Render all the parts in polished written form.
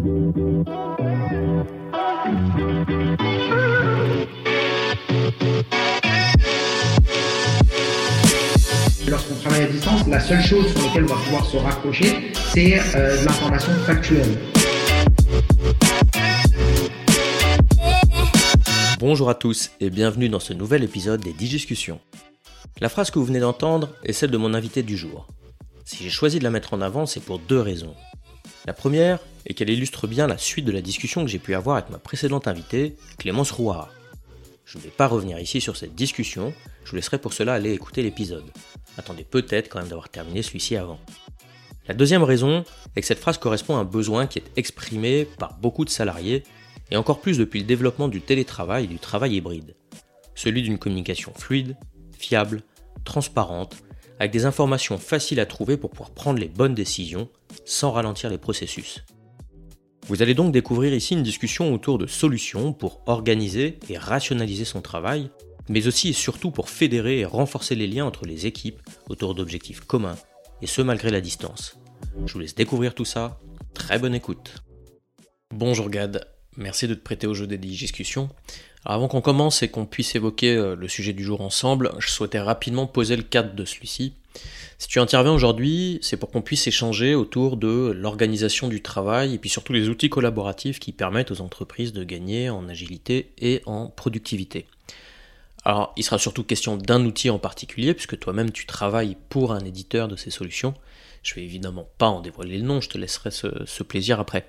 Lorsqu'on travaille à distance, la seule chose sur laquelle on va pouvoir se raccrocher, c'est de l'information factuelle. Bonjour à tous et bienvenue dans ce nouvel épisode des Discussions. La phrase que vous venez d'entendre est celle de mon invité du jour. Si j'ai choisi de la mettre en avant, c'est pour deux raisons. La première est qu'elle illustre bien la suite de la discussion que j'ai pu avoir avec ma précédente invitée, Clémence Rouard. Je ne vais pas revenir ici sur cette discussion, je vous laisserai pour cela aller écouter l'épisode. Attendez peut-être quand même d'avoir terminé celui-ci avant. La deuxième raison est que cette phrase correspond à un besoin qui est exprimé par beaucoup de salariés, et encore plus depuis le développement du télétravail et du travail hybride. Celui d'une communication fluide, fiable, transparente, avec des informations faciles à trouver pour pouvoir prendre les bonnes décisions, sans ralentir les processus. Vous allez donc découvrir ici une discussion autour de solutions pour organiser et rationaliser son travail, mais aussi et surtout pour fédérer et renforcer les liens entre les équipes autour d'objectifs communs, et ce malgré la distance. Je vous laisse découvrir tout ça, très bonne écoute. Bonjour Gad, merci de te prêter au jeu des discussions. Alors avant qu'on commence et qu'on puisse évoquer le sujet du jour ensemble, je souhaitais rapidement poser le cadre de celui-ci. Si tu interviens aujourd'hui, c'est pour qu'on puisse échanger autour de l'organisation du travail et puis surtout les outils collaboratifs qui permettent aux entreprises de gagner en agilité et en productivité. Alors, il sera surtout question d'un outil en particulier, puisque toi-même tu travailles pour un éditeur de ces solutions. Je vais évidemment pas en dévoiler le nom, je te laisserai ce plaisir après.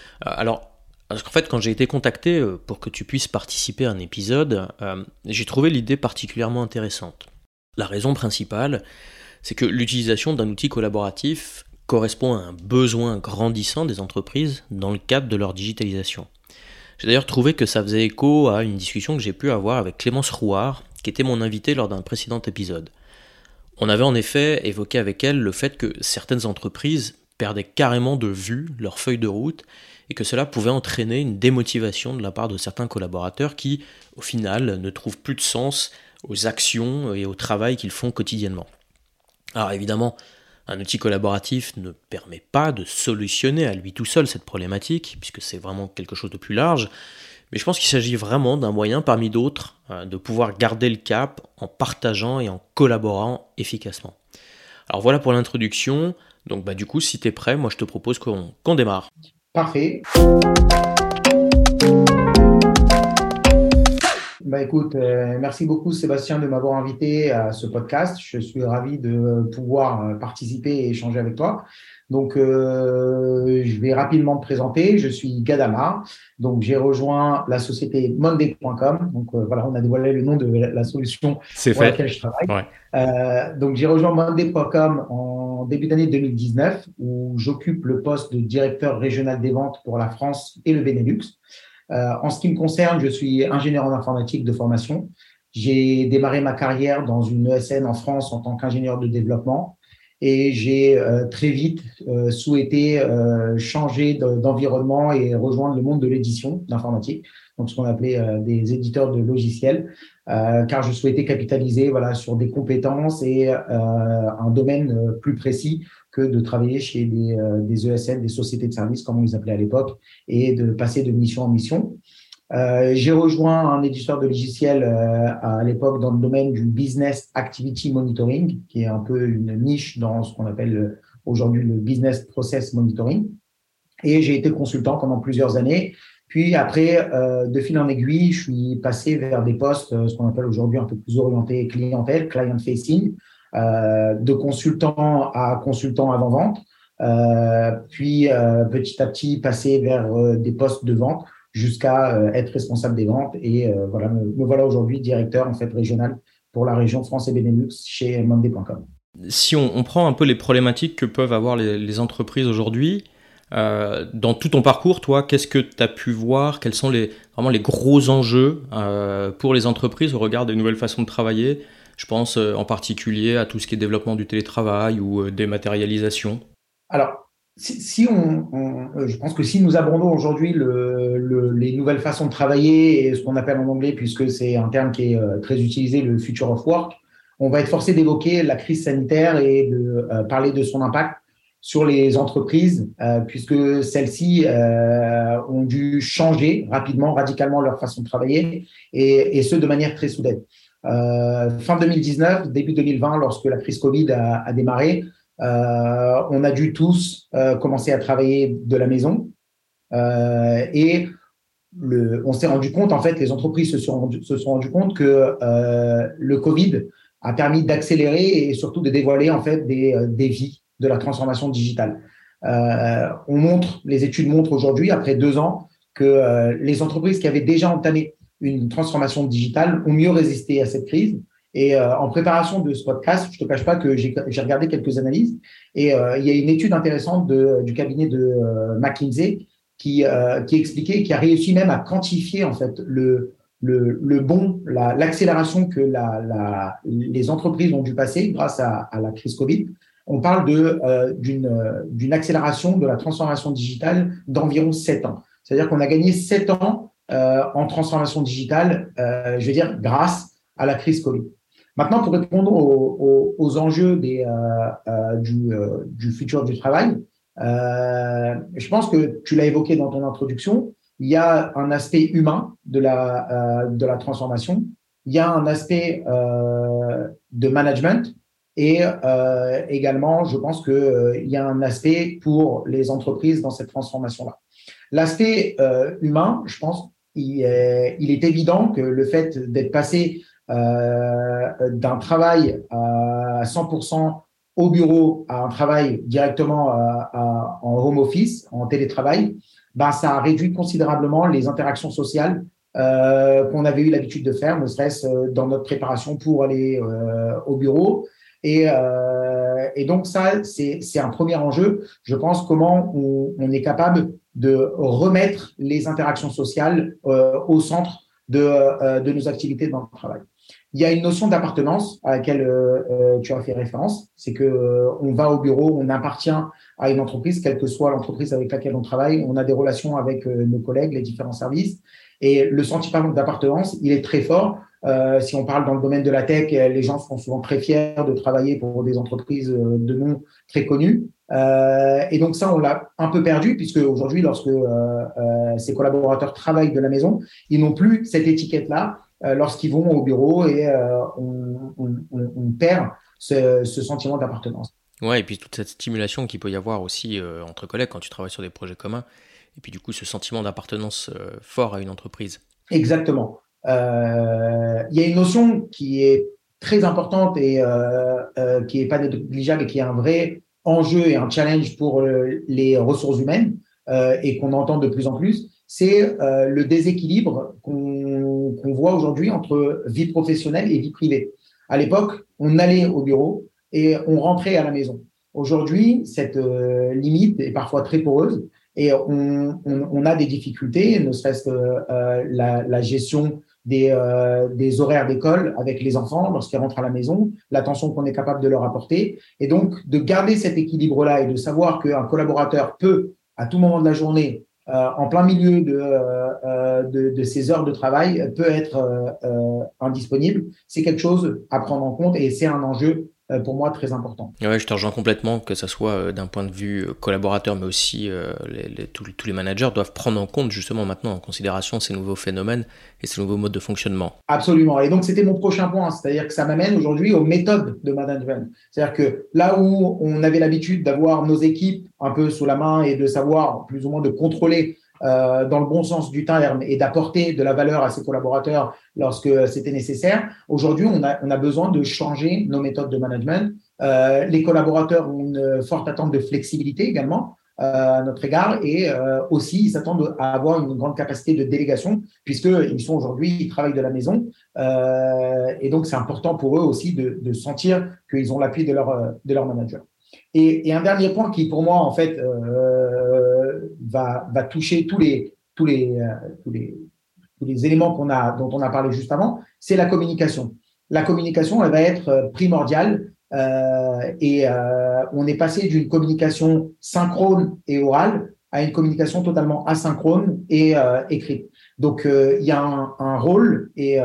Parce qu'en fait, quand j'ai été contacté pour que tu puisses participer à un épisode, j'ai trouvé l'idée particulièrement intéressante. La raison principale, c'est que l'utilisation d'un outil collaboratif correspond à un besoin grandissant des entreprises dans le cadre de leur digitalisation. J'ai d'ailleurs trouvé que ça faisait écho à une discussion que j'ai pu avoir avec Clémence Rouard, qui était mon invitée lors d'un précédent épisode. On avait en effet évoqué avec elle le fait que certaines entreprises perdaient carrément de vue leur feuille de route et que cela pouvait entraîner une démotivation de la part de certains collaborateurs qui, au final, ne trouvent plus de sens aux actions et au travail qu'ils font quotidiennement. Alors évidemment, un outil collaboratif ne permet pas de solutionner à lui tout seul cette problématique, puisque c'est vraiment quelque chose de plus large, mais je pense qu'il s'agit vraiment d'un moyen parmi d'autres de pouvoir garder le cap en partageant et en collaborant efficacement. Alors voilà pour l'introduction, donc du coup si tu es prêt, moi je te propose qu'on démarre. Parfait. Écoute, merci beaucoup Sébastien de m'avoir invité à ce podcast. Je suis ravi de pouvoir participer et échanger avec toi. Donc, je vais rapidement me présenter. Je suis Gad Amar. Donc, j'ai rejoint la société Monday.com. Donc, voilà, on a dévoilé le nom de la solution laquelle je travaille. Ouais. Donc, j'ai rejoint Monday.com en début d'année 2019 où j'occupe le poste de directeur régional des ventes pour la France et le Benelux. En ce qui me concerne, je suis ingénieur en informatique de formation. J'ai démarré ma carrière dans une ESN en France en tant qu'ingénieur de développement et j'ai très vite souhaité changer d'environnement et rejoindre le monde de l'édition d'informatique, donc ce qu'on appelait des éditeurs de logiciels, car je souhaitais capitaliser sur des compétences et un domaine plus précis que de travailler chez des ESN, des sociétés de services, comme on les appelait à l'époque, et de passer de mission en mission. J'ai rejoint un éditeur de logiciels à l'époque dans le domaine du Business Activity Monitoring, qui est un peu une niche dans ce qu'on appelle aujourd'hui le Business Process Monitoring. Et j'ai été consultant pendant plusieurs années. Puis après, de fil en aiguille, je suis passé vers des postes, ce qu'on appelle aujourd'hui un peu plus orientés clientèle, client facing, de consultant à consultant avant-vente, puis petit à petit passer vers des postes de vente jusqu'à être responsable des ventes et me voilà aujourd'hui directeur en fait régional pour la région France et Benelux chez Monday.com. Si on prend un peu les problématiques que peuvent avoir les entreprises aujourd'hui, dans tout ton parcours, toi, qu'est-ce que tu as pu voir? Quels sont vraiment les gros enjeux pour les entreprises au regard des nouvelles façons de travailler? Je pense en particulier à tout ce qui est développement du télétravail ou dématérialisation. Alors, je pense que si nous abordons aujourd'hui les nouvelles façons de travailler et ce qu'on appelle en anglais, puisque c'est un terme qui est très utilisé, le future of work, on va être forcé d'évoquer la crise sanitaire et de parler de son impact sur les entreprises, puisque celles-ci ont dû changer rapidement, radicalement leur façon de travailler, et ce, de manière très soudaine. Fin 2019, début 2020, lorsque la crise Covid a démarré, on a dû tous commencer à travailler de la maison. Et on s'est rendu compte, en fait, les entreprises se sont rendues compte que le Covid a permis d'accélérer et surtout de dévoiler, en fait, des vies de la transformation digitale. Les études montrent aujourd'hui, après 2 ans, que les entreprises qui avaient déjà entamé une transformation digitale ont mieux résisté à cette crise. Et en préparation de ce podcast, je ne te cache pas que j'ai regardé quelques analyses et il y a une étude intéressante du cabinet de McKinsey qui expliquait, qui a réussi même à quantifier en fait l'accélération que les entreprises ont dû passer grâce à la crise Covid. On parle d'une accélération de la transformation digitale d'environ 7 ans. C'est-à-dire qu'on a gagné 7 ans en transformation digitale, je veux dire, grâce à la crise Covid. Maintenant, pour répondre aux enjeux du futur du travail, je pense que tu l'as évoqué dans ton introduction, il y a un aspect humain de la transformation, il y a un aspect de management et également, je pense qu'il y a un aspect pour les entreprises dans cette transformation-là. L'aspect humain, je pense, il est évident que le fait d'être passé d'un travail à 100% au bureau à un travail directement en home office, en télétravail, ça a réduit considérablement les interactions sociales qu'on avait eu l'habitude de faire, ne serait-ce dans notre préparation pour aller au bureau. Et donc ça, c'est un premier enjeu. Je pense comment on est capable de remettre les interactions sociales au centre de nos activités dans le travail. Il y a une notion d'appartenance à laquelle tu as fait référence, c'est que on va au bureau, on appartient à une entreprise, quelle que soit l'entreprise avec laquelle on travaille, on a des relations avec nos collègues, les différents services, et le sentiment d'appartenance, il est très fort. Si on parle dans le domaine de la tech, les gens sont souvent très fiers de travailler pour des entreprises de nom très connues. Et donc ça, on l'a un peu perdu, puisque aujourd'hui, lorsque ces collaborateurs travaillent de la maison, ils n'ont plus cette étiquette-là lorsqu'ils vont au bureau et on perd ce sentiment d'appartenance. Ouais, et puis toute cette stimulation qu'il peut y avoir aussi entre collègues quand tu travailles sur des projets communs, et puis du coup ce sentiment d'appartenance fort à une entreprise. Exactement. Il y a une notion qui est très importante et qui n'est pas négligeable et qui est un vrai enjeu et un challenge pour les ressources humaines et qu'on entend de plus en plus, c'est le déséquilibre qu'on voit aujourd'hui entre vie professionnelle et vie privée. À l'époque, on allait au bureau et on rentrait à la maison. Aujourd'hui, cette limite est parfois très poreuse et on a des difficultés, ne serait-ce que la gestion des horaires d'école avec les enfants lorsqu'ils rentrent à la maison, l'attention qu'on est capable de leur apporter. Et donc, de garder cet équilibre-là et de savoir qu'un collaborateur peut, à tout moment de la journée, en plein milieu de ses heures de travail, peut être indisponible, c'est quelque chose à prendre en compte et c'est un enjeu pour moi très important. Ouais, je te rejoins complètement, que ce soit d'un point de vue collaborateur, mais aussi tous les managers doivent prendre en compte justement maintenant en considération ces nouveaux phénomènes et ces nouveaux modes de fonctionnement. Absolument. Et donc, c'était mon prochain point, c'est-à-dire que ça m'amène aujourd'hui aux méthodes de management. C'est-à-dire que là où on avait l'habitude d'avoir nos équipes un peu sous la main et de savoir plus ou moins de contrôler dans le bon sens du terme et d'apporter de la valeur à ses collaborateurs lorsque c'était nécessaire. Aujourd'hui, on a besoin de changer nos méthodes de management. Les collaborateurs ont une forte attente de flexibilité également à notre égard et aussi ils s'attendent à avoir une grande capacité de délégation puisqu'ils sont aujourd'hui, ils travaillent de la maison et donc c'est important pour eux aussi de sentir qu'ils ont l'appui de leur manager. Et un dernier point qui pour moi en fait va toucher tous les éléments dont on a parlé juste avant, c'est la communication. La communication, elle va être primordiale et on est passé d'une communication synchrone et orale à une communication totalement asynchrone et écrite. Donc, il y a un rôle et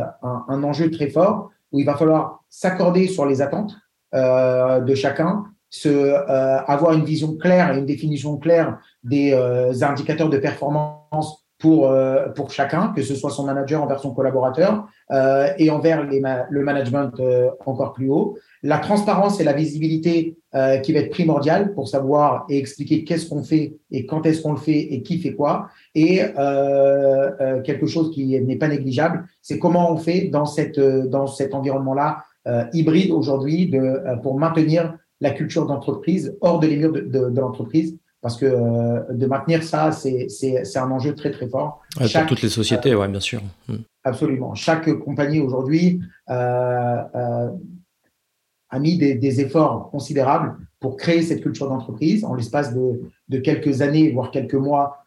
un enjeu très fort où il va falloir s'accorder sur les attentes de chacun, avoir une vision claire et une définition claire des indicateurs de performance pour chacun, que ce soit son manager envers son collaborateur et envers le management encore plus haut. La transparence et la visibilité qui va être primordiale pour savoir et expliquer qu'est-ce qu'on fait et quand est-ce qu'on le fait et qui fait quoi. Et quelque chose qui n'est pas négligeable, c'est comment on fait dans cet environnement-là hybride aujourd'hui pour maintenir la culture d'entreprise hors de les murs de l'entreprise. Parce que de maintenir ça, c'est un enjeu très, très fort. Ouais, pour toutes les sociétés, ouais, bien sûr. Absolument. Chaque compagnie aujourd'hui a mis des efforts considérables pour créer cette culture d'entreprise. En l'espace de quelques années, voire quelques mois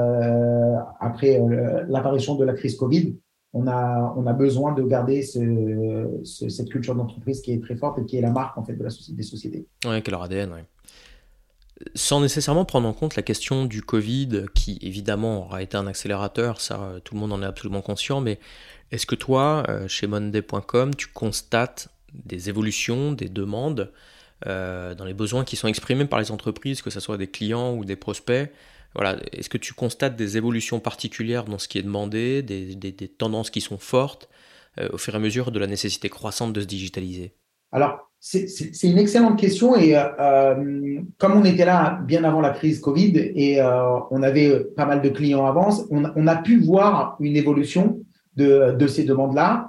après l'apparition de la crise Covid, on a besoin de garder cette culture d'entreprise qui est très forte et qui est la marque en fait des sociétés. Ouais, quel leur ADN, ouais. Sans nécessairement prendre en compte la question du Covid, qui évidemment aura été un accélérateur, ça tout le monde en est absolument conscient, mais est-ce que toi, chez Monday.com, tu constates des évolutions, des demandes dans les besoins qui sont exprimés par les entreprises, que ce soit des clients ou des prospects? Voilà, est-ce que tu constates des évolutions particulières dans ce qui est demandé, des tendances qui sont fortes au fur et à mesure de la nécessité croissante de se digitaliser? Alors, c'est une excellente question et comme on était là bien avant la crise Covid et on avait pas mal de clients avant, on a pu voir une évolution de ces demandes-là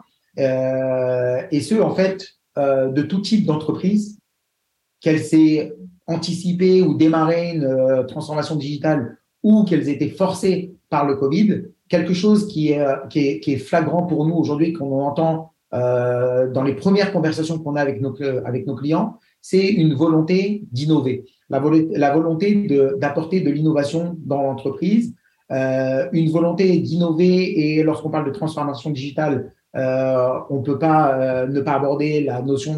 et ce, en fait, de tout type d'entreprise, qu'elles aient anticipé ou démarré une transformation digitale ou qu'elles étaient forcées par le Covid, quelque chose qui est flagrant pour nous aujourd'hui, qu'on entend dans les premières conversations qu'on a avec nos clients, c'est une volonté d'innover, la volonté d'apporter de l'innovation dans l'entreprise, une volonté d'innover. Et lorsqu'on parle de transformation digitale, on ne peut pas ne pas aborder la notion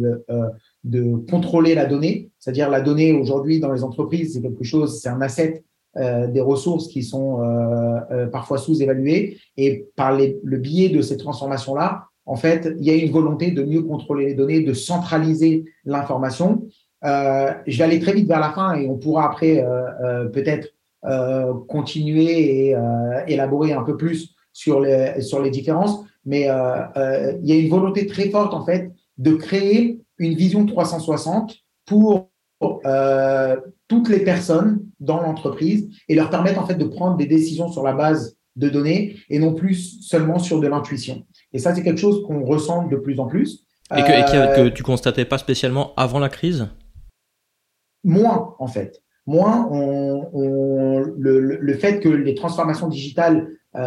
de contrôler la donnée, c'est-à-dire la donnée aujourd'hui dans les entreprises, c'est quelque chose, c'est un asset, des ressources qui sont parfois sous-évaluées, et par le biais de ces transformations-là, en fait, il y a une volonté de mieux contrôler les données, de centraliser l'information. Je vais aller très vite vers la fin et on pourra après peut-être continuer et élaborer un peu plus sur les différences. Mais il y a une volonté très forte en fait de créer une vision 360 pour toutes les personnes dans l'entreprise et leur permettre en fait de prendre des décisions sur la base de données et non plus seulement sur de l'intuition. Et ça, c'est quelque chose qu'on ressent de plus en plus. Et que tu constatais pas spécialement avant la crise? Moins, en fait. Moins, le fait que les transformations digitales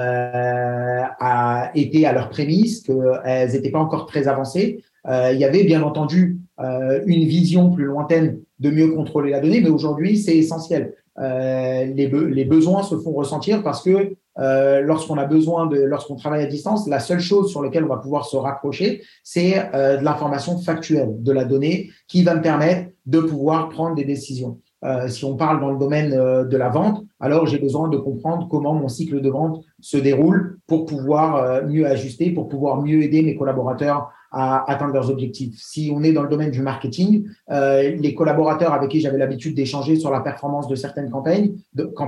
a été à leur prémisse, qu'elles n'étaient pas encore très avancées. Il y avait bien entendu une vision plus lointaine de mieux contrôler la donnée, mais aujourd'hui, c'est essentiel. Les besoins se font ressentir parce que lorsqu'on travaille à distance, la seule chose sur laquelle on va pouvoir se raccrocher, c'est de l'information factuelle de la donnée qui va me permettre de pouvoir prendre des décisions. Si on parle dans le domaine de la vente, alors j'ai besoin de comprendre comment mon cycle de vente se déroule pour pouvoir mieux ajuster, pour pouvoir mieux aider mes collaborateurs à atteindre leurs objectifs. Si on est dans le domaine du marketing, les collaborateurs avec qui j'avais l'habitude d'échanger sur la performance de certaines campagnes,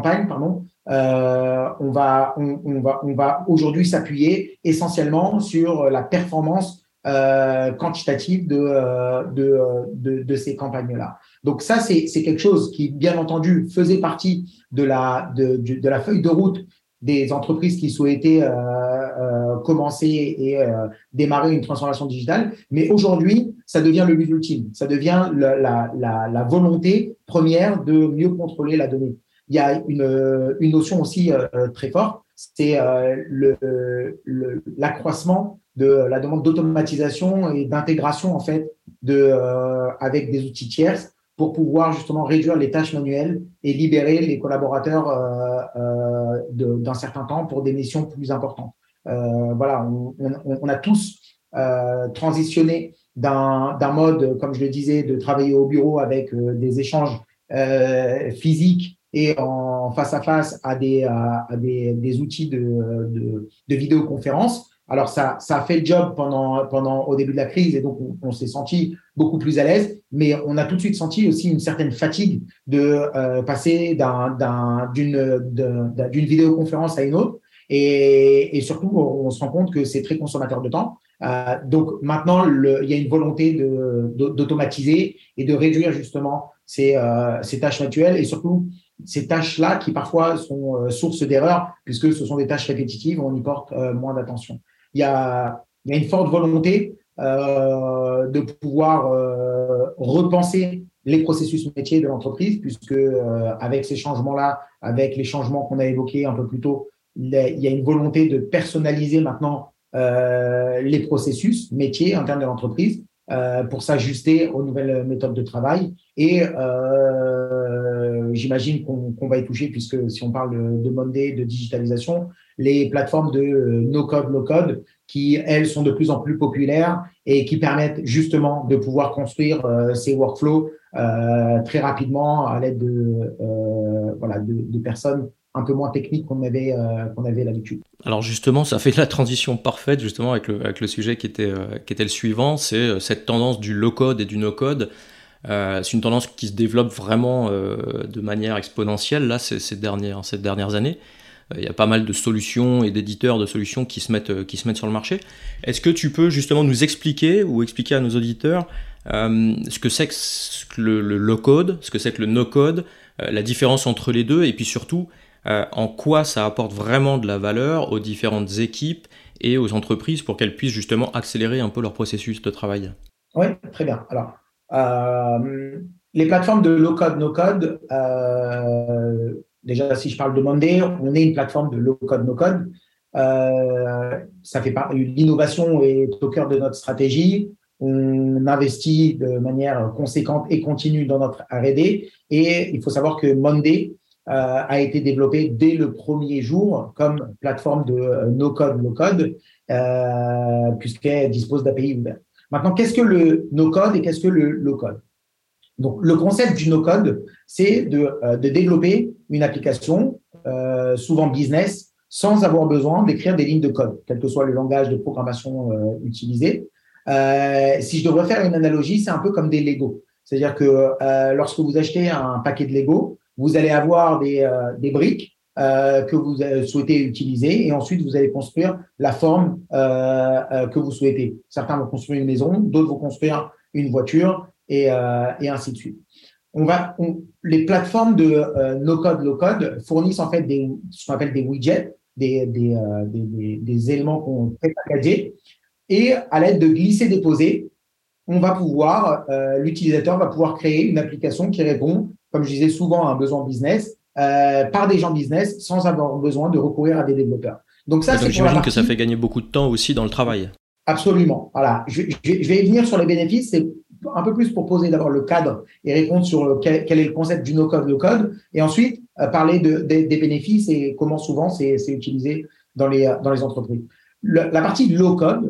on va aujourd'hui s'appuyer essentiellement sur la performance quantitative de ces campagnes-là. Donc ça, c'est quelque chose qui, bien entendu, faisait partie de la feuille de route des entreprises qui souhaitaient commencer et démarrer une transformation digitale. Mais aujourd'hui, ça devient le but ultime. Ça devient la volonté première de mieux contrôler la donnée. Il y a une notion aussi très forte, c'est l'accroissement de la demande d'automatisation et d'intégration en fait avec des outils tierces pour pouvoir justement réduire les tâches manuelles et libérer les collaborateurs d'un certain temps pour des missions plus importantes. Voilà, on a tous transitionné d'un mode, comme je le disais, de travailler au bureau avec des échanges physiques et en face à face à des outils de vidéoconférence. Alors, ça a fait le job au début de la crise et donc on s'est senti beaucoup plus à l'aise, mais on a tout de suite senti aussi une certaine fatigue de passer d'une vidéoconférence à une autre. Et surtout, on se rend compte que c'est très consommateur de temps. Donc maintenant, il y a une volonté d'automatiser et de réduire justement ces tâches manuelles et surtout ces tâches-là qui parfois sont source d'erreurs puisque ce sont des tâches répétitives, on y porte moins d'attention. Il y a une forte volonté de pouvoir repenser les processus métiers de l'entreprise puisque avec ces changements-là, avec les changements qu'on a évoqués un peu plus tôt, il y a une volonté de personnaliser maintenant les processus métiers internes de l'entreprise pour s'ajuster aux nouvelles méthodes de travail. Et j'imagine qu'on va y toucher puisque si on parle de Monday, de digitalisation, les plateformes de no-code, low-code qui, elles, sont de plus en plus populaires et qui permettent justement de pouvoir construire ces workflows très rapidement à l'aide de personnes un peu moins techniques qu'on avait l'habitude. Alors justement, ça fait la transition parfaite justement avec le sujet qui était le suivant, c'est cette tendance du low-code et du no-code. C'est une tendance qui se développe vraiment de manière exponentielle là ces dernières années. Il y a pas mal de solutions et d'éditeurs de solutions qui se mettent sur le marché. Est-ce que tu peux justement nous expliquer ou expliquer à nos auditeurs ce que c'est que le low-code, ce que c'est que le no-code, la différence entre les deux et puis surtout en quoi ça apporte vraiment de la valeur aux différentes équipes et aux entreprises pour qu'elles puissent justement accélérer un peu leur processus de travail? Oui, très bien. Alors, les plateformes de low-code, no-code, déjà, si je parle de Monday, on est une plateforme de low-code, no-code. Ça fait l'innovation est au cœur de notre stratégie. On investit de manière conséquente et continue dans notre R&D. Et il faut savoir que Monday a été développé dès le premier jour comme plateforme de no-code, low-code, puisqu'elle dispose d'API ouvertes. Maintenant, qu'est-ce que le no-code et qu'est-ce que le low-code? Donc, le concept du no-code, c'est de développer une application, souvent business, sans avoir besoin d'écrire des lignes de code, quel que soit le langage de programmation utilisé. Si je devrais faire une analogie, c'est un peu comme des Lego. C'est-à-dire que lorsque vous achetez un paquet de Lego, vous allez avoir des briques que vous souhaitez utiliser et ensuite vous allez construire la forme que vous souhaitez. Certains vont construire une maison, d'autres vont construire une voiture et ainsi de suite. Les plateformes de no-code, low-code fournissent en fait ce qu'on appelle des widgets, des éléments qu'on fait packager et à l'aide de glisser-déposer, l'utilisateur va pouvoir créer une application qui répond, comme je disais souvent, à un besoin business par des gens business sans avoir besoin de recourir à des développeurs. Donc ça, c'est j'imagine que ça fait gagner beaucoup de temps aussi dans le travail. Absolument. Voilà. Je vais y venir sur les bénéfices. C'est un peu plus pour poser d'abord le cadre et répondre sur quel est le concept du no-code, low-code, et ensuite parler des bénéfices et comment souvent c'est utilisé dans les entreprises. La partie low-code,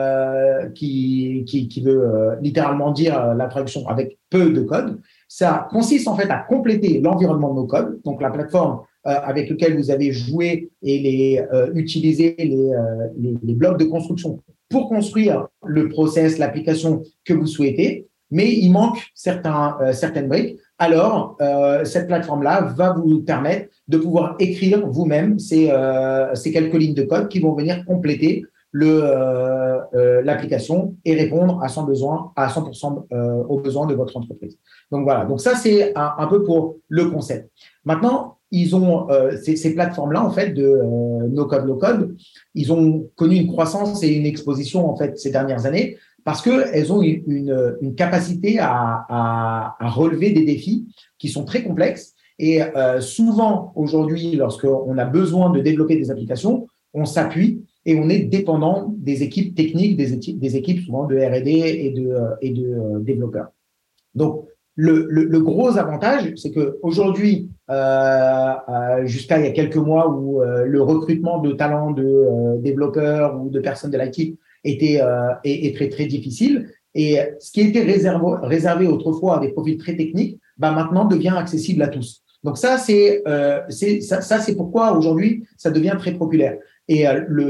qui veut littéralement dire la traduction avec peu de code, ça consiste en fait à compléter l'environnement no-code, donc la plateforme avec laquelle vous avez joué et utilisé les blocs de construction pour construire le process, l'application que vous souhaitez, mais il manque certaines briques. Alors, cette plateforme-là va vous permettre de pouvoir écrire vous-même ces quelques lignes de code qui vont venir compléter l'application et répondre à 100% aux besoins de votre entreprise. Donc voilà. Donc ça, c'est un peu pour le concept. Maintenant, ils ont ces plateformes-là en fait de no-code, low-code, ils ont connu une croissance et une exposition en fait ces dernières années parce que elles ont une capacité à relever des défis qui sont très complexes et souvent aujourd'hui, lorsqu'on a besoin de développer des applications, on s'appuie et on est dépendant des équipes techniques, des équipes souvent de R&D et de développeurs. Donc le gros avantage, c'est que aujourd'hui, jusqu'à il y a quelques mois où le recrutement de talents de développeurs ou de personnes de l'IT est très très difficile, et ce qui était réservé autrefois à des profils très techniques, maintenant devient accessible à tous. Donc ça c'est pourquoi aujourd'hui ça devient très populaire. Et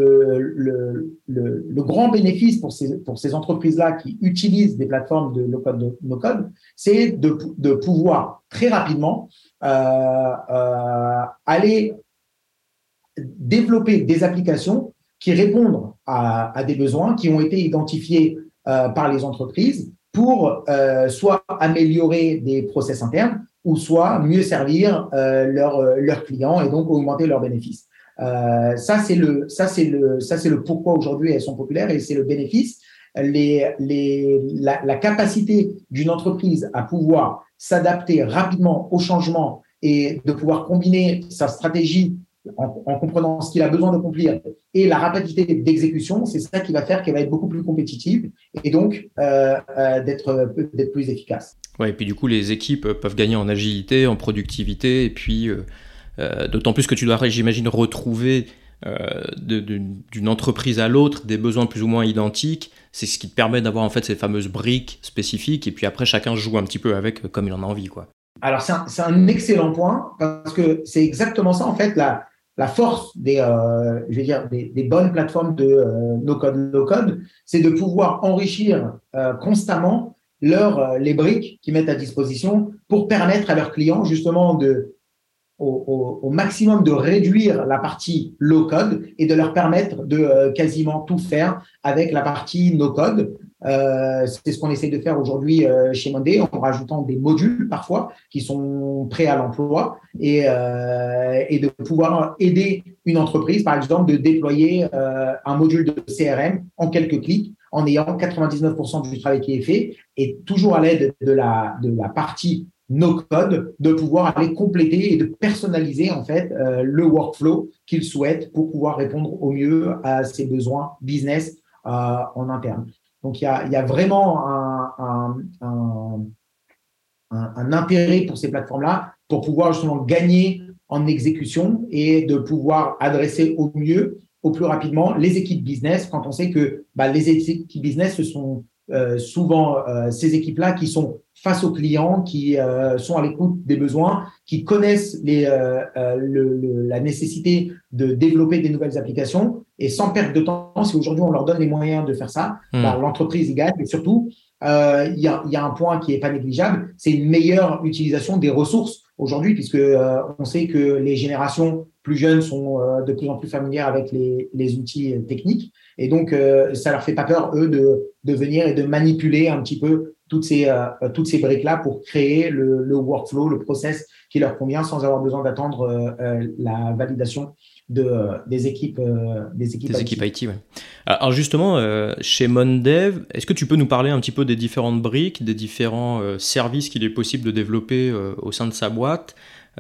le grand bénéfice pour ces entreprises-là qui utilisent des plateformes de low-code, no-code, c'est de pouvoir très rapidement aller développer des applications qui répondent à des besoins qui ont été identifiés par les entreprises pour soit améliorer des process internes ou soit mieux servir leurs clients et donc augmenter leurs bénéfices. Ça c'est le pourquoi aujourd'hui elles sont populaires et c'est le bénéfice. La capacité d'une entreprise à pouvoir s'adapter rapidement aux changements et de pouvoir combiner sa stratégie en comprenant ce qu'il a besoin d'accomplir et la rapidité d'exécution, c'est ça qui va faire qu'elle va être beaucoup plus compétitive et donc d'être plus efficace. Ouais, et puis du coup, les équipes peuvent gagner en agilité, en productivité, et puis d'autant plus que tu dois, j'imagine, retrouver d'une entreprise à l'autre des besoins plus ou moins identiques. C'est ce qui te permet d'avoir en fait ces fameuses briques spécifiques, et puis après chacun joue un petit peu avec comme il en a envie, quoi. Alors c'est un excellent point parce que c'est exactement ça en fait la force des bonnes plateformes de no-code, low-code, c'est de pouvoir enrichir constamment les briques qu'ils mettent à disposition pour permettre à leurs clients justement au maximum de réduire la partie low-code et de leur permettre de quasiment tout faire avec la partie no-code. C'est ce qu'on essaie de faire aujourd'hui chez Monday en rajoutant des modules parfois qui sont prêts à l'emploi et de pouvoir aider une entreprise, par exemple, de déployer un module de CRM en quelques clics en ayant 99% du travail qui est fait et toujours à l'aide de la partie no-code, de pouvoir aller compléter et de personnaliser en fait le workflow qu'ils souhaitent pour pouvoir répondre au mieux à ses besoins business en interne. Donc, il y a vraiment un intérêt pour ces plateformes-là pour pouvoir justement gagner en exécution et de pouvoir adresser au mieux, au plus rapidement, les équipes business quand on sait que les équipes business, ce sont souvent ces équipes-là qui sont face aux clients, qui sont à l'écoute des besoins, qui connaissent la nécessité de développer des nouvelles applications et sans perte de temps, si aujourd'hui on leur donne les moyens de faire ça, l'entreprise y gagne. Et surtout, il y a un point qui est pas négligeable, c'est une meilleure utilisation des ressources aujourd'hui, puisque on sait que les générations plus jeunes sont de plus en plus familières avec les outils techniques. Et donc, ça leur fait pas peur, eux, de venir et de manipuler un petit peu toutes ces briques-là pour créer le workflow, le process qui leur convient sans avoir besoin d'attendre la validation des équipes IT. Ouais. Alors justement, chez Mondev, est-ce que tu peux nous parler un petit peu des différentes briques, des différents services qu'il est possible de développer au sein de sa boîte?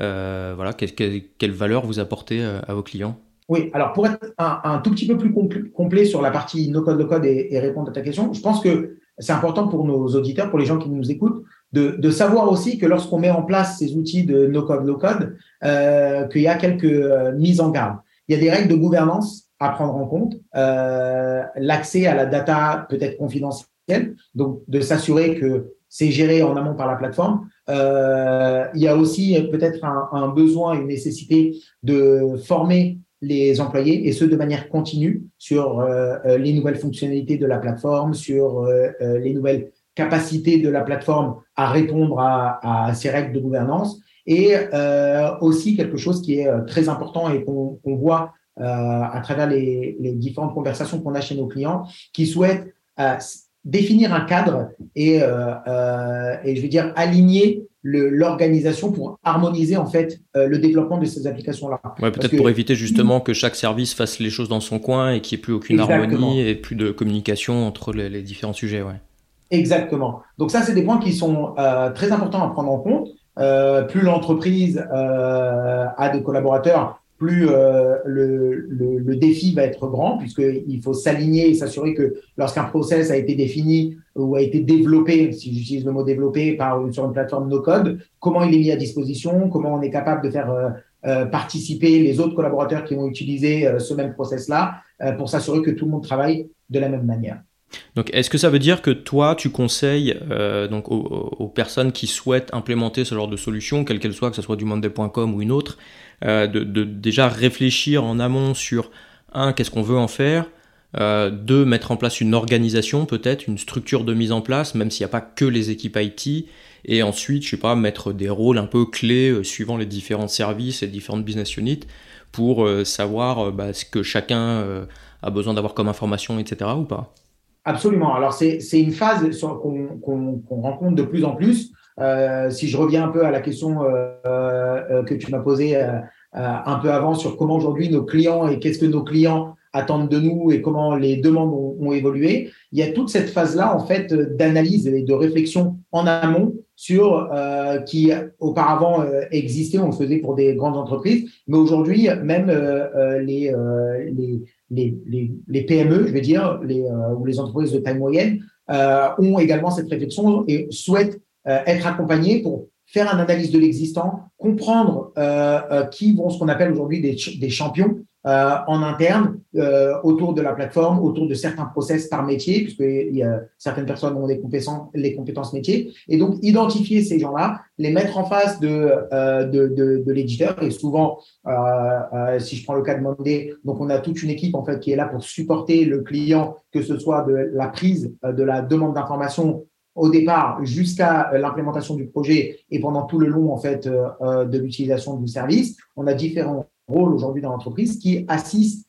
Quelle valeur vous apportez à vos clients? Oui, alors pour être un tout petit peu plus complet sur la partie no-code, low-code et répondre à ta question, je pense que c'est important pour nos auditeurs, pour les gens qui nous écoutent, de savoir aussi que lorsqu'on met en place ces outils de no-code, low-code, qu'il y a quelques mises en garde. Il y a des règles de gouvernance à prendre en compte, l'accès à la data peut être confidentiel, donc de s'assurer que c'est géré en amont par la plateforme. Il y a aussi peut-être un besoin, une nécessité de former les employés et ce de manière continue sur les nouvelles fonctionnalités de la plateforme, sur les nouvelles capacités de la plateforme à répondre à ces règles de gouvernance et aussi quelque chose qui est très important et qu'on voit à travers les différentes conversations qu'on a chez nos clients qui souhaitent définir un cadre et je veux dire aligner l'organisation pour harmoniser en fait le développement de ces applications-là. Ouais, peut-être pour éviter justement que chaque service fasse les choses dans son coin et qu'il n'y ait plus aucune harmonie et plus de communication entre les différents sujets. Ouais. Exactement. Donc ça, c'est des points qui sont très importants à prendre en compte. Plus l'entreprise a de collaborateurs, plus le défi va être grand, puisqu'il faut s'aligner et s'assurer que lorsqu'un process a été défini ou a été développé, si j'utilise le mot développé, sur une plateforme no-code, comment il est mis à disposition, comment on est capable de faire participer les autres collaborateurs qui vont utiliser ce même process-là pour s'assurer que tout le monde travaille de la même manière. Donc, est-ce que ça veut dire que toi, tu conseilles donc aux personnes qui souhaitent implémenter ce genre de solution, quelle qu'elle soit, que ce soit du Monday.com ou une autre, de déjà réfléchir en amont sur qu'est-ce qu'on veut en faire? Deux, mettre en place une organisation, peut-être, une structure de mise en place, même s'il n'y a pas que les équipes IT. Et ensuite, je sais pas, mettre des rôles un peu clés suivant les différents services et différentes business units pour savoir ce que chacun a besoin d'avoir comme information, etc. ou pas? Absolument. Alors, c'est une phase qu'on rencontre de plus en plus. Si je reviens un peu à la question que tu m'as posée un peu avant sur comment aujourd'hui nos clients et qu'est-ce que nos clients attendent de nous et comment les demandes ont évolué, il y a toute cette phase-là en fait d'analyse et de réflexion en amont sur qui auparavant existait, on le faisait pour des grandes entreprises, mais aujourd'hui même les PME, je vais dire, ou les entreprises de taille moyenne, ont également cette réflexion et souhaitent être accompagnés pour faire une analyse de l'existant, comprendre qui vont ce qu'on appelle aujourd'hui des champions en interne autour de la plateforme, autour de certains process par métier, puisque certaines personnes ont les compétences métiers, et donc identifier ces gens-là, les mettre en face de l'éditeur, et souvent, si je prends le cas de Monday, donc on a toute une équipe en fait qui est là pour supporter le client, que ce soit de la prise de la demande d'information au départ jusqu'à l'implémentation du projet et pendant tout le long en fait de l'utilisation du service. On a différents rôles aujourd'hui dans l'entreprise qui assistent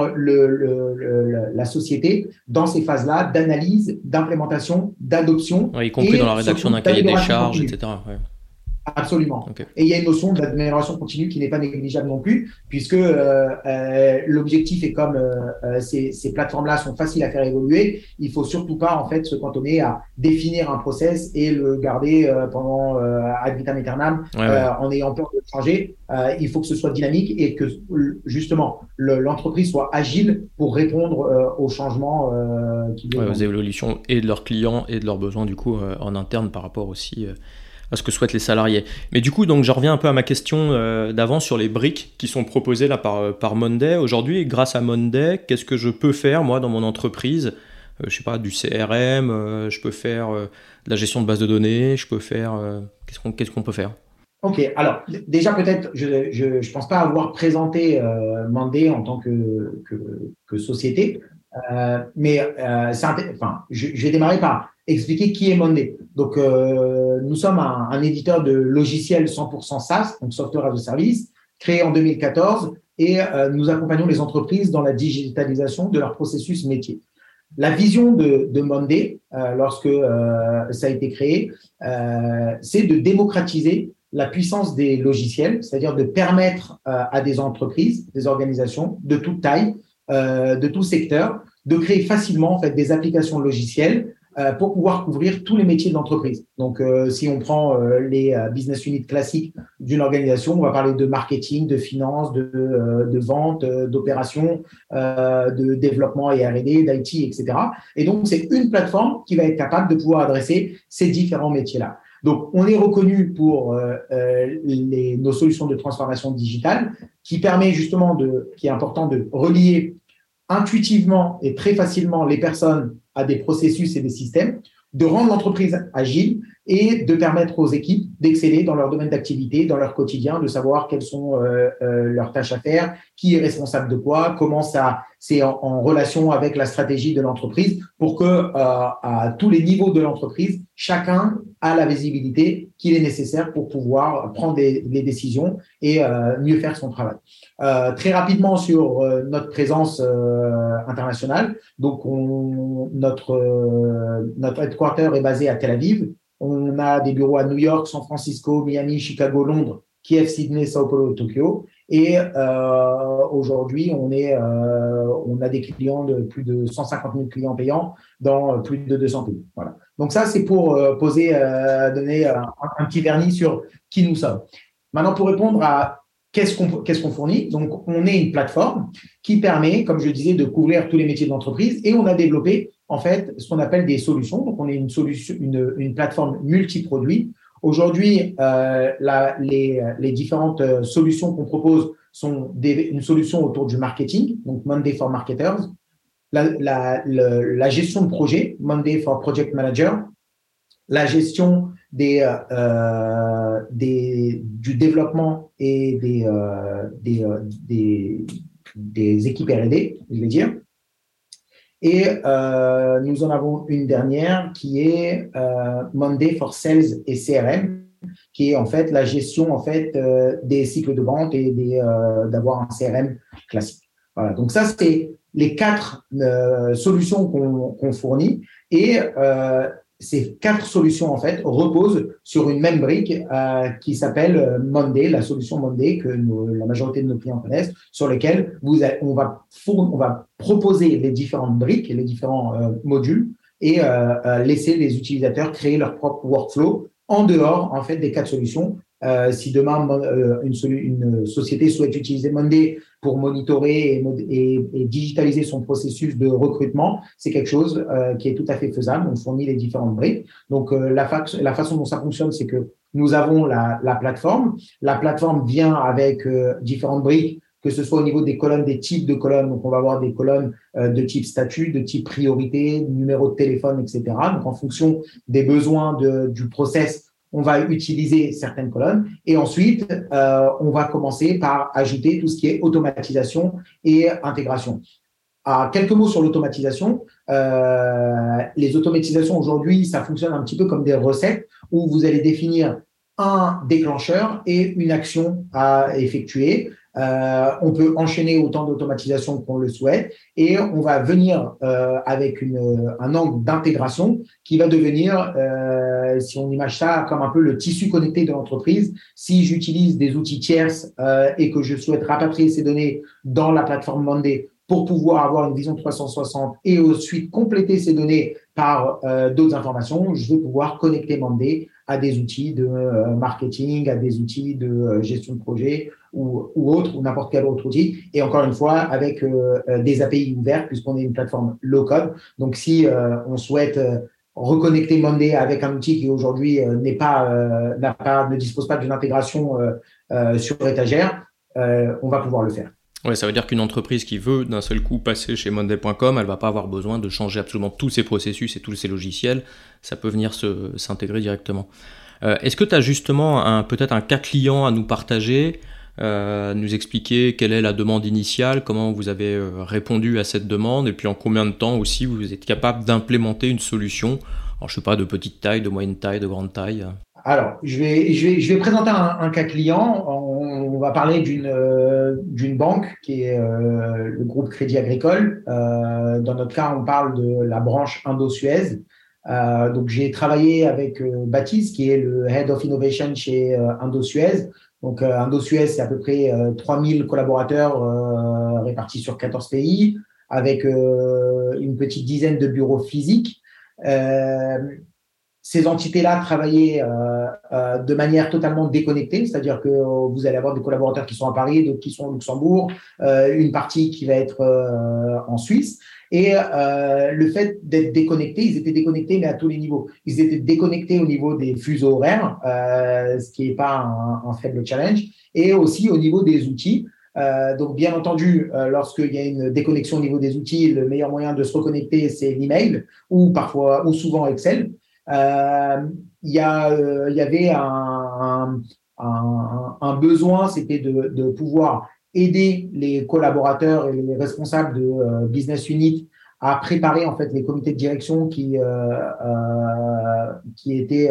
la société dans ces phases-là d'analyse, d'implémentation, d'adoption. Ouais, y compris dans la rédaction d'un cahier des charges, etc. Ouais. Absolument. Okay. Et il y a une notion d'amélioration continue qui n'est pas négligeable non plus, puisque l'objectif est comme ces plateformes-là sont faciles à faire évoluer, il faut surtout pas en fait se cantonner à définir un process et le garder pendant ad vitam aeternam en ayant peur de changer. Il faut que ce soit dynamique et que justement l'entreprise soit agile pour répondre aux changements aux évolutions et de leurs clients et de leurs besoins du coup en interne par rapport aussi à ce que souhaitent les salariés. Mais du coup, donc, je reviens un peu à ma question d'avant sur les briques qui sont proposées là par Monday. Aujourd'hui, grâce à Monday, qu'est-ce que je peux faire, moi, dans mon entreprise? Je sais pas, du CRM, je peux faire de la gestion de base de données, je peux faire… qu'est-ce qu'on peut faire? Ok, alors déjà peut-être, je pense pas avoir présenté Monday en tant que société, mais je vais démarrer par expliquer qui est Monday. Donc, nous sommes un éditeur de logiciels 100% SaaS, donc Software as a Service, créé en 2014, et nous accompagnons les entreprises dans la digitalisation de leur processus métier. La vision de Monday, lorsque ça a été créé, c'est de démocratiser la puissance des logiciels, c'est-à-dire de permettre à des entreprises, des organisations de toute taille, de tout secteur, de créer facilement en fait des applications logicielles pour pouvoir couvrir tous les métiers de l'entreprise. Donc, si on prend les business units classiques d'une organisation, on va parler de marketing, de finance, de vente, d'opération, de développement et R&D, d'IT, etc. Et donc, c'est une plateforme qui va être capable de pouvoir adresser ces différents métiers-là. Donc, on est reconnu pour nos solutions de transformation digitale qui permet justement qui est important de relier intuitivement et très facilement les personnes à des processus et des systèmes, de rendre l'entreprise agile et de permettre aux équipes d'exceller dans leur domaine d'activité, dans leur quotidien, de savoir quelles sont leurs tâches à faire, qui est responsable de quoi, comment ça c'est en relation avec la stratégie de l'entreprise pour que à tous les niveaux de l'entreprise, chacun a la visibilité qu'il est nécessaire pour pouvoir prendre les décisions et mieux faire son travail. Très rapidement sur notre présence internationale, donc notre headquarter est basé à Tel Aviv. On a des bureaux à New York, San Francisco, Miami, Chicago, Londres, Kiev, Sydney, Sao Paulo, Tokyo. Et aujourd'hui, on a des clients de plus de 150 000 clients payants dans plus de 200 pays. Voilà. Donc ça, c'est pour donner un petit vernis sur qui nous sommes. Maintenant, pour répondre à qu'est-ce qu'on fournit, donc on est une plateforme qui permet, comme je disais, de couvrir tous les métiers de l'entreprise et on a développé en fait ce qu'on appelle des solutions. Donc on est une plateforme multi-produits. Aujourd'hui, les différentes solutions qu'on propose sont une solution autour du marketing, donc Monday for Marketers, la gestion de projet, Monday for Project Manager, la gestion du développement et des des équipes R&D, je vais dire. Et nous en avons une dernière qui est Monday for Sales et CRM, qui est en fait la gestion en fait des cycles de vente et d'avoir un CRM classique. Voilà. Donc ça, c'est les 4 solutions qu'on fournit et ces 4 solutions en fait reposent sur une même brique qui s'appelle Monday, la solution Monday que la majorité de nos clients connaissent, sur lesquelles on va proposer les différentes briques et les différents modules et laisser les utilisateurs créer leur propre workflow en dehors en fait des 4 solutions. Si demain une société souhaite utiliser Monday pour monitorer et digitaliser son processus de recrutement, c'est quelque chose qui est tout à fait faisable. On fournit les différentes briques. Donc la façon dont ça fonctionne, c'est que nous avons la plateforme. La plateforme vient avec différentes briques, que ce soit au niveau des colonnes, des types de colonnes. Donc, on va avoir des colonnes de type statut, de type priorité, numéro de téléphone, etc. Donc, en fonction des besoins du process, on va utiliser certaines colonnes. Et ensuite, on va commencer par ajouter tout ce qui est automatisation et intégration. Quelques mots sur l'automatisation. Les automatisations aujourd'hui, ça fonctionne un petit peu comme des recettes où vous allez définir un déclencheur et une action à effectuer. On peut enchaîner autant d'automatisation qu'on le souhaite et on va venir avec un angle d'intégration qui va devenir, si on image ça comme un peu le tissu connecté de l'entreprise. Si j'utilise des outils tierces et que je souhaite rapatrier ces données dans la plateforme Monday pour pouvoir avoir une vision 360 et ensuite compléter ces données par d'autres informations, je vais pouvoir connecter Monday à des outils de marketing, à des outils de gestion de projet ou autre, ou n'importe quel autre outil. Et encore une fois, avec des API ouvertes, puisqu'on est une plateforme low-code. Donc, si on souhaite reconnecter Monday avec un outil qui aujourd'hui ne dispose pas d'une intégration sur étagère, on va pouvoir le faire. Ouais, ça veut dire qu'une entreprise qui veut d'un seul coup passer chez Monday.com, elle va pas avoir besoin de changer absolument tous ses processus et tous ses logiciels. Ça peut venir s'intégrer directement. Est-ce que tu as justement peut-être un cas client à nous partager, nous expliquer quelle est la demande initiale, comment vous avez répondu à cette demande et puis en combien de temps aussi vous êtes capable d'implémenter une solution, alors je sais pas, de petite taille, de moyenne taille, de grande taille? Alors, je vais présenter un cas client. On va parler d'une banque qui est le groupe Crédit Agricole. Dans notre cas, on parle de la branche Indo-Suez. Donc, j'ai travaillé avec Baptiste, qui est le Head of Innovation chez Indo-Suez. Donc, Indo-Suez, c'est à peu près 3000 collaborateurs répartis sur 14 pays, avec une petite dizaine de bureaux physiques. Ces entités-là travaillaient de manière totalement déconnectée, c'est-à-dire que vous allez avoir des collaborateurs qui sont à Paris, d'autres qui sont au Luxembourg, une partie qui va être en Suisse. Et le fait d'être déconnectés, ils étaient déconnectés, mais à tous les niveaux. Ils étaient déconnectés au niveau des fuseaux horaires, ce qui n'est pas un faible challenge, et aussi au niveau des outils. Donc, bien entendu, lorsqu'il y a une déconnexion au niveau des outils, le meilleur moyen de se reconnecter, c'est l'email ou souvent Excel. Il y avait un besoin, c'était de pouvoir aider les collaborateurs et les responsables de business unit à préparer en fait les comités de direction qui étaient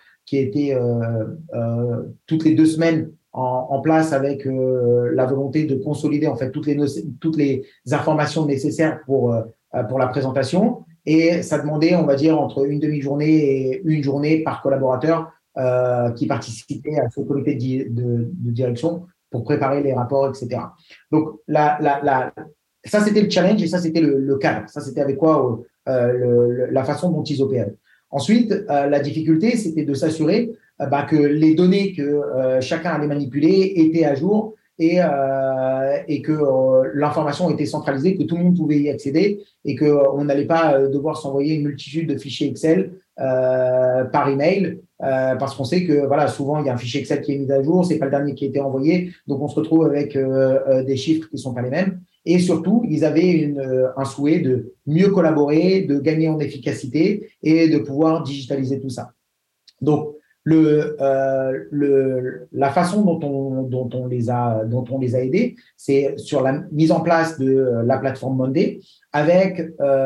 toutes les 2 semaines en place avec la volonté de consolider en fait toutes les informations nécessaires pour la présentation. Et ça demandait, on va dire, entre une demi-journée et une journée par collaborateur qui participait à ce comité de direction pour préparer les rapports, etc. Donc, ça, c'était le challenge et ça, c'était le cadre. Ça, c'était avec quoi la façon dont ils opéraient. Ensuite, la difficulté, c'était de s'assurer que les données que chacun allait manipuler étaient à jour et que l'information était centralisée, que tout le monde pouvait y accéder et qu'on n'allait pas devoir s'envoyer une multitude de fichiers Excel par email parce qu'on sait que voilà, souvent il y a un fichier Excel qui est mis à jour, c'est pas le dernier qui a été envoyé, donc on se retrouve avec des chiffres qui sont pas les mêmes. Et surtout, ils avaient un souhait de mieux collaborer, de gagner en efficacité et de pouvoir digitaliser tout ça. Donc, La façon dont on les a aidés, c'est sur la mise en place de la plateforme Monday avec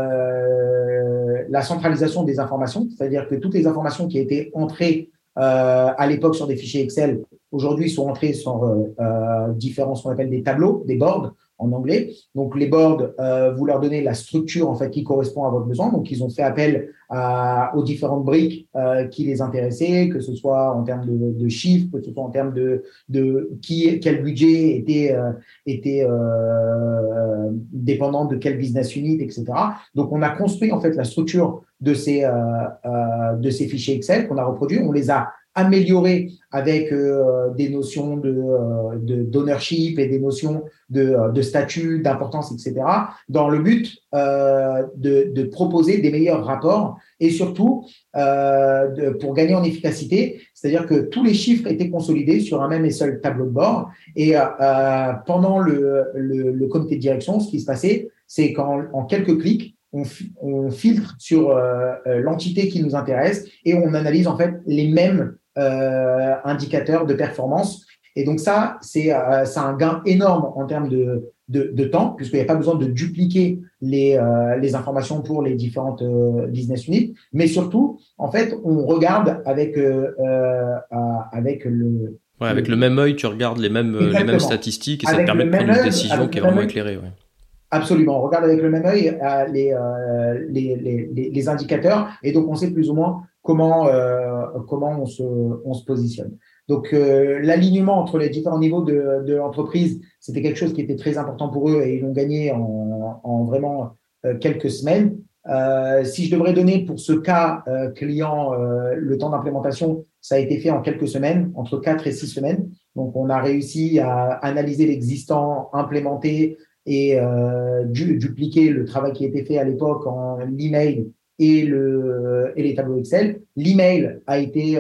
la centralisation des informations, c'est-à-dire que toutes les informations qui étaient entrées à l'époque sur des fichiers Excel, aujourd'hui sont entrées sur différents, ce qu'on appelle des tableaux, des boards en anglais. Donc les boards, vous leur donnez la structure en fait qui correspond à votre besoin. Donc ils ont fait appel aux différentes briques qui les intéressaient, que ce soit en termes de chiffres, que ce soit en termes quel budget était dépendant de quel business unit, etc. Donc on a construit en fait la structure de ces fichiers Excel qu'on a reproduits. On les a améliorés avec des notions d'ownership et des notions de statut, d'importance, etc., dans le but de proposer des meilleurs rapports et surtout pour gagner en efficacité, c'est-à-dire que tous les chiffres étaient consolidés sur un même et seul tableau de bord. Et pendant le comité de direction, ce qui se passait, c'est qu'en quelques clics, on filtre sur l'entité qui nous intéresse et on analyse en fait les mêmes indicateurs de performance. Et donc ça un gain énorme en termes de temps, puisqu'il n'y a pas besoin de dupliquer les informations pour les différentes business units. Mais surtout, en fait, on regarde avec le… Ouais, avec le même œil, tu regardes les mêmes statistiques et ça te permet de prendre une décision qui est vraiment éclairée. Ouais. Absolument. On regarde avec le même œil les indicateurs et donc on sait plus ou moins comment on se positionne. Donc, l'alignement entre les différents niveaux de l'entreprise, c'était quelque chose qui était très important pour eux et ils l'ont gagné en vraiment quelques semaines. Si je devrais donner pour ce cas client le temps d'implémentation, ça a été fait en quelques semaines, entre 4 et 6 semaines. Donc, on a réussi à analyser l'existant, implémenter et dupliquer le travail qui a été fait à l'époque en l'email et les tableaux Excel. L'email a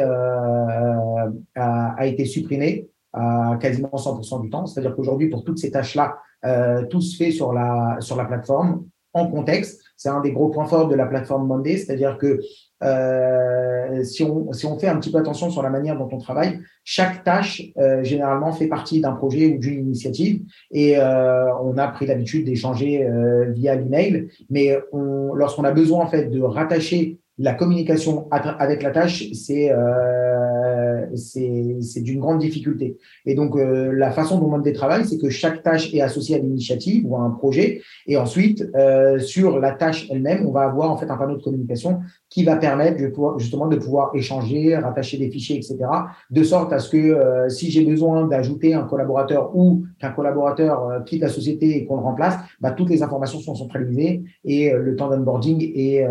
été supprimé à quasiment 100% du temps. C'est-à-dire qu'aujourd'hui, pour toutes ces tâches-là, tout se fait sur la plateforme en contexte. C'est un des gros points forts de la plateforme Monday, c'est-à-dire que si on fait un petit peu attention sur la manière dont on travaille, chaque tâche généralement fait partie d'un projet ou d'une initiative et on a pris l'habitude d'échanger via l'email, mais lorsqu'on a besoin en fait de rattacher la communication avec la tâche, c'est d'une grande difficulté. Et donc, la façon dont Monday travaille, c'est que chaque tâche est associée à l'initiative ou à un projet. Et ensuite, sur la tâche elle-même, on va avoir en fait un panneau de communication qui va permettre justement de pouvoir échanger, rattacher des fichiers, etc. De sorte à ce que si j'ai besoin d'ajouter un collaborateur ou qu'un collaborateur quitte la société et qu'on le remplace, toutes les informations sont centralisées et le temps d'onboarding est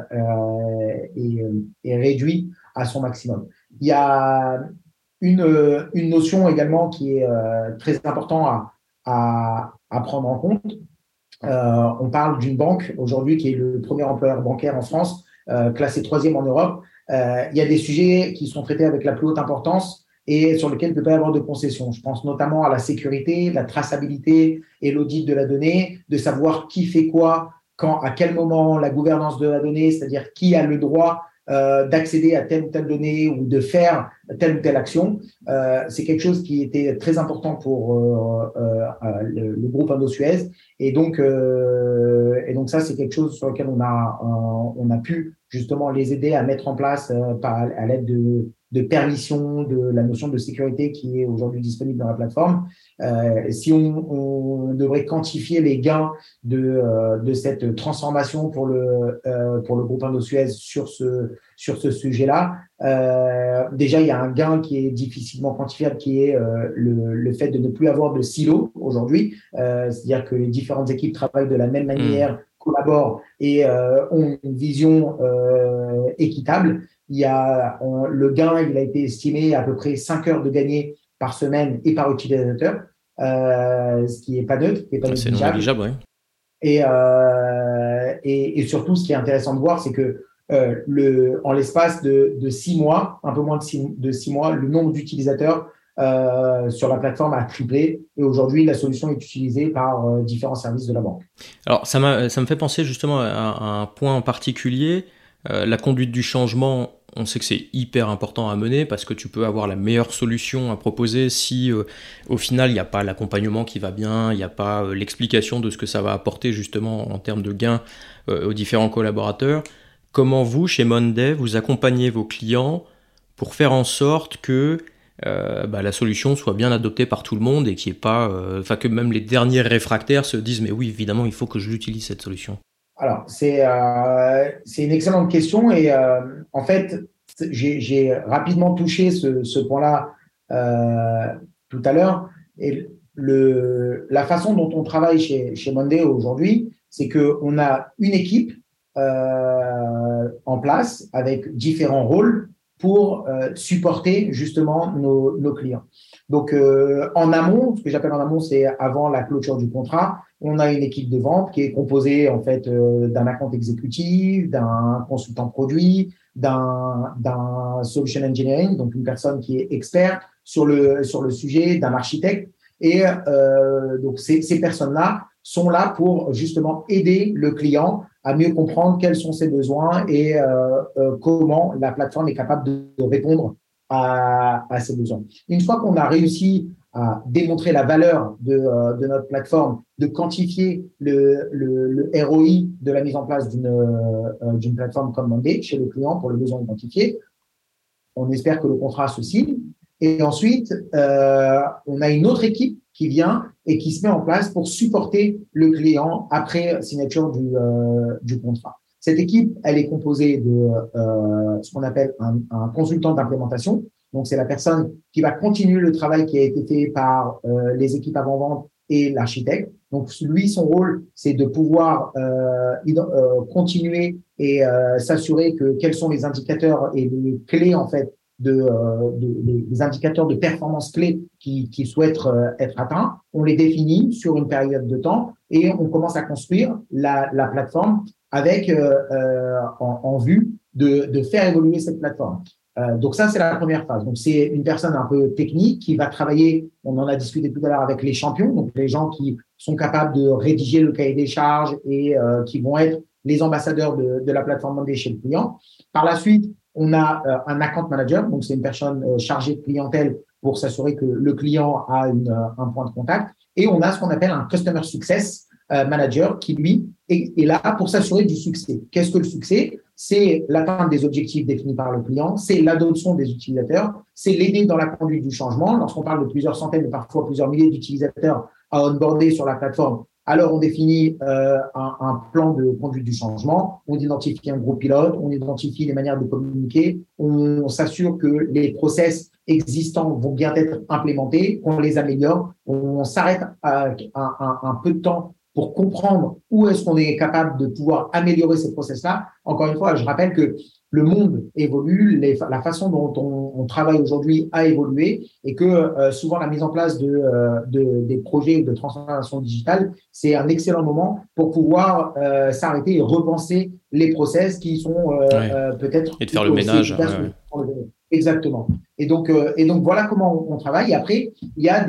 réduit à son maximum. Il y a une notion également qui est très importante à prendre en compte. On parle d'une banque aujourd'hui qui est le premier employeur bancaire en France, classé 3e en Europe. Il y a des sujets qui sont traités avec la plus haute importance et sur lesquels il ne peut pas y avoir de concession. Je pense notamment à la sécurité, la traçabilité et l'audit de la donnée, de savoir qui fait quoi, quand, à quel moment, la gouvernance de la donnée, c'est-à-dire qui a le droit d'accéder à telle ou telle donnée ou de faire telle ou telle action. C'est quelque chose qui était très important pour le groupe Indosuez. Et donc ça, c'est quelque chose sur lequel on a pu justement les aider à mettre en place à l'aide de permission, de la notion de sécurité qui est aujourd'hui disponible dans la plateforme. Si on devrait quantifier les gains de cette transformation pour le groupe Indosuez sur ce sujet-là, déjà il y a un gain qui est difficilement quantifiable, qui est le fait de ne plus avoir de silos aujourd'hui, c'est-à-dire que les différentes équipes travaillent de la même manière, collaborent et ont une vision équitable. Le gain, il a été estimé à peu près 5 heures de gagné par semaine et par utilisateur, ce qui n'est pas neutre, qui n'est pas négligeable. C'est non négligeable, oui. Et surtout, ce qui est intéressant de voir, c'est que en l'espace de 6 mois, un peu moins de 6 mois, le nombre d'utilisateurs sur la plateforme a triplé et aujourd'hui, la solution est utilisée par différents services de la banque. Alors, ça me fait penser justement à un point en particulier. La conduite du changement, on sait que c'est hyper important à mener parce que tu peux avoir la meilleure solution à proposer si au final il n'y a pas l'accompagnement qui va bien, il n'y a pas l'explication de ce que ça va apporter justement en termes de gains aux différents collaborateurs. Comment vous, chez Monday, vous accompagnez vos clients pour faire en sorte que la solution soit bien adoptée par tout le monde et qu'il y ait pas, que même les derniers réfractaires se disent mais oui, évidemment, il faut que je l'utilise cette solution. Alors, c'est une excellente question et en fait, j'ai rapidement touché ce point-là tout à l'heure. Et la façon dont on travaille chez Monday aujourd'hui, c'est qu'on a une équipe en place avec différents rôles pour supporter justement nos clients. Donc, en amont, ce que j'appelle en amont, c'est avant la clôture du contrat, on a une équipe de vente qui est composée en fait d'un account exécutif, d'un consultant produit, d'un solution engineering, donc une personne qui est expert sur le sujet, d'un architecte. Et donc ces personnes-là sont là pour justement aider le client à mieux comprendre quels sont ses besoins et comment la plateforme est capable de répondre à ses besoins. Une fois qu'on a réussi à démontrer la valeur de notre plateforme, de quantifier le ROI de la mise en place d'une plateforme comme Monday chez le client pour le besoin identifié, on espère que le contrat se signe. Et ensuite, on a une autre équipe qui vient et qui se met en place pour supporter le client après signature du contrat. Cette équipe, elle est composée de ce qu'on appelle un consultant d'implémentation. Donc, c'est la personne qui va continuer le travail qui a été fait par les équipes avant-vente et l'architecte. Donc, lui, son rôle, c'est de pouvoir continuer et s'assurer que quels sont les indicateurs et les clés, en fait, les indicateurs de performance clés qui souhaitent être atteints. On les définit sur une période de temps et on commence à construire la plateforme avec en vue de faire évoluer cette plateforme. Donc ça, c'est la première phase. Donc c'est une personne un peu technique qui va travailler, on en a discuté tout à l'heure avec les champions, donc les gens qui sont capables de rédiger le cahier des charges et qui vont être les ambassadeurs de la plateforme Monday chez le client. Par la suite, on a un account manager, donc c'est une personne chargée de clientèle pour s'assurer que le client a un point de contact. Et on a ce qu'on appelle un customer success manager qui, lui, est là pour s'assurer du succès. Qu'est-ce que le succès? C'est l'atteinte des objectifs définis par le client, c'est l'adoption des utilisateurs, c'est l'aider dans la conduite du changement. Lorsqu'on parle de plusieurs centaines et parfois plusieurs milliers d'utilisateurs à onboarder sur la plateforme, alors on définit un plan de conduite du changement, on identifie un groupe pilote, on identifie les manières de communiquer, on s'assure que les process existants vont bien être implémentés, qu'on les améliore, on s'arrête un peu de temps pour comprendre où est-ce qu'on est capable de pouvoir améliorer ces process-là. Encore une fois, je rappelle que le monde évolue, la façon dont on travaille aujourd'hui a évolué et que souvent la mise en place des projets de transformation digitale, c'est un excellent moment pour pouvoir s'arrêter et repenser les process qui sont peut-être… Et de faire le ménage. Exactement. Et donc voilà comment on travaille. Et après, il y a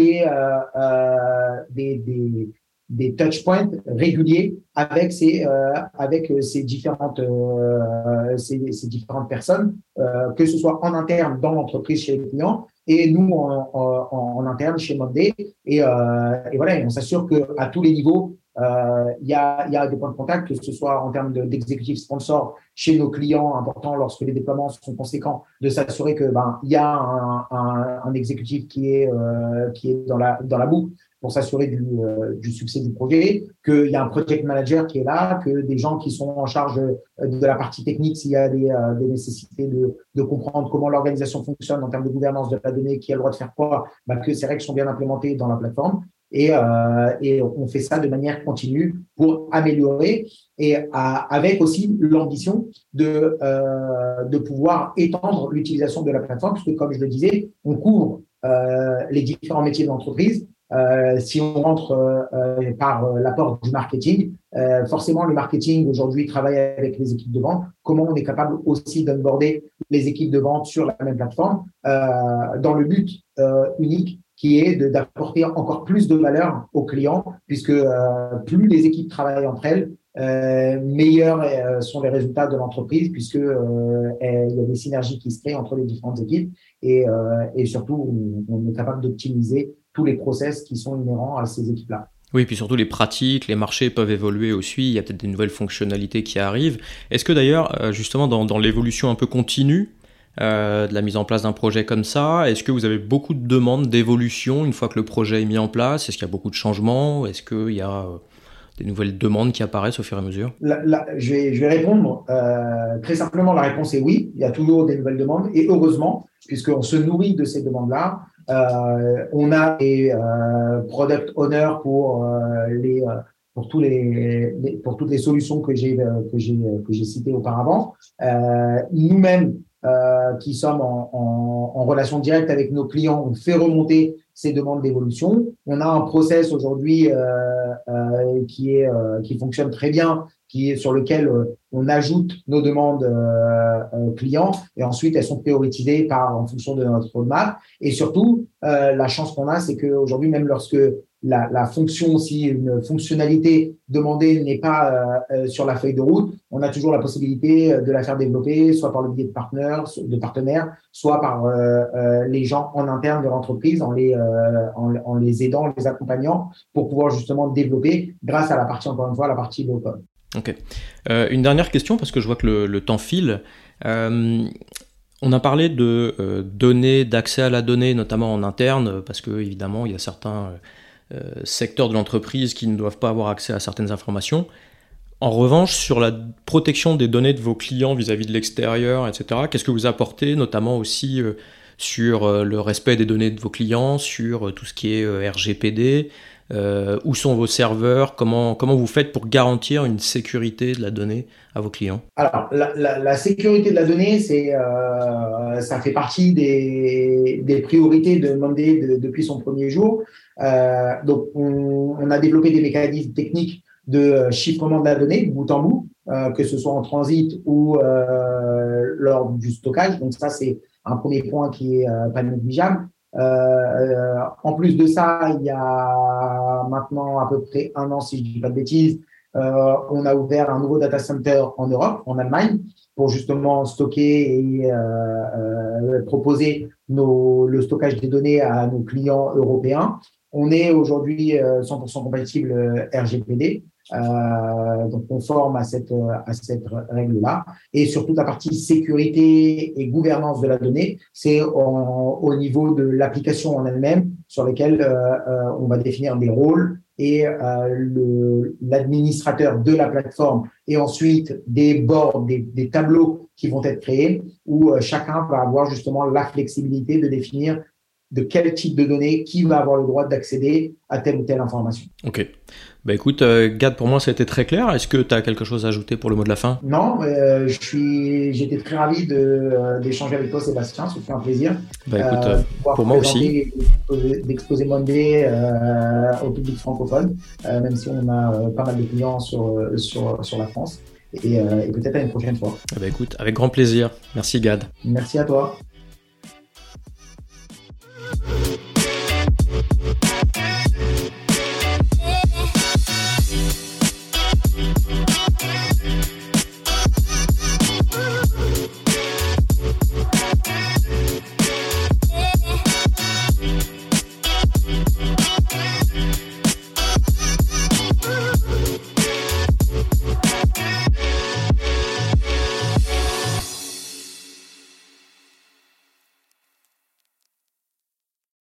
des touch points réguliers avec ces différentes personnes, que ce soit en interne dans l'entreprise chez les clients et nous en interne chez Monday. Et voilà, et on s'assure que à tous les niveaux, il y a des points de contact, que ce soit en termes d'exécutifs sponsors chez nos clients importants lorsque les déploiements sont conséquents, de s'assurer que il y a un exécutif qui est dans la boucle pour s'assurer du succès du projet, qu'il y a un project manager qui est là, que des gens qui sont en charge de la partie technique s'il y a des nécessités de comprendre comment l'organisation fonctionne en termes de gouvernance de la donnée, qui a le droit de faire quoi, que ces règles sont bien implémentées dans la plateforme. Et on fait ça de manière continue pour améliorer et avec aussi l'ambition de pouvoir étendre l'utilisation de la plateforme, puisque comme je le disais, on couvre les différents métiers de l'entreprise. Si on rentre par la porte du marketing, forcément le marketing aujourd'hui travaille avec les équipes de vente. Comment on est capable aussi d'onboarder les équipes de vente sur la même plateforme dans le but unique qui est d'apporter encore plus de valeur aux clients, puisque plus les équipes travaillent entre elles, meilleurs sont les résultats de l'entreprise, puisque il y a des synergies qui se créent entre les différentes équipes et surtout, on est capable d'optimiser tous les process qui sont inhérents à ces équipes-là. Oui, puis surtout les pratiques, les marchés peuvent évoluer aussi, il y a peut-être des nouvelles fonctionnalités qui arrivent. Est-ce que d'ailleurs, justement, dans l'évolution un peu continue de la mise en place d'un projet comme ça, est-ce que vous avez beaucoup de demandes d'évolution une fois que le projet est mis en place? Est-ce qu'il y a beaucoup de changements? Est-ce qu'il y a des nouvelles demandes qui apparaissent au fur et à mesure? Je vais répondre très simplement. La réponse est oui. Il y a toujours des nouvelles demandes et heureusement, puisqu'on se nourrit de ces demandes-là. On a des product owners pour pour toutes les solutions que j'ai citées auparavant. Nous-mêmes qui sommes en relation directe avec nos clients, on fait remonter ces demandes d'évolution. On a un process aujourd'hui qui fonctionne très bien, sur lequel on ajoute nos demandes clients et ensuite elles sont prioritisées en fonction de notre roadmap. Et surtout, la chance qu'on a, c'est qu'aujourd'hui, même lorsque la fonction, si une fonctionnalité demandée n'est pas sur la feuille de route, on a toujours la possibilité de la faire développer, soit par le biais de partenaires, soit par les gens en interne de l'entreprise, en les aidant, en les accompagnant pour pouvoir justement développer grâce à la partie, encore une fois, la partie low-code. Ok. Une dernière question, parce que je vois que le temps file. On a parlé de données, d'accès à la donnée, notamment en interne, parce que évidemment, il y a certains secteurs de l'entreprise qui ne doivent pas avoir accès à certaines informations. En revanche, sur la protection des données de vos clients vis-à-vis de l'extérieur, etc., qu'est-ce que vous apportez, notamment aussi sur le respect des données de vos clients, sur tout ce qui est RGPD, où sont vos serveurs, comment vous faites pour garantir une sécurité de la donnée à vos clients? Alors, la sécurité de la donnée, ça fait partie des priorités de Monday depuis son premier jour. Donc, on a développé des mécanismes techniques de chiffrement de la donnée, bout en bout, que ce soit en transit ou lors du stockage. Donc, ça, c'est un premier point qui est pas négligeable. En plus de ça, il y a maintenant à peu près 1 an, si je ne dis pas de bêtises, on a ouvert un nouveau data center en Europe, en Allemagne, pour justement stocker et proposer le stockage des données à nos clients européens. On est aujourd'hui 100% compatible RGPD, donc conforme à cette règle-là. Et sur toute la partie sécurité et gouvernance de la donnée, c'est au niveau de l'application en elle-même sur laquelle on va définir des rôles et l'administrateur de la plateforme et ensuite des boards, des tableaux qui vont être créés où chacun va avoir justement la flexibilité de définir de quel type de données, qui va avoir le droit d'accéder à telle ou telle information. Ok. Bah écoute, Gad, pour moi, ça a été très clair. Est-ce que tu as quelque chose à ajouter pour le mot de la fin? Non, j'étais très ravi d'échanger avec toi, Sébastien. Ça fait un plaisir. Bah écoute, pour moi aussi. D'exposer Monday au public francophone, même si on a pas mal de clients sur la France. Et peut-être à une prochaine fois. Bah écoute, avec grand plaisir. Merci, Gad. Merci à toi.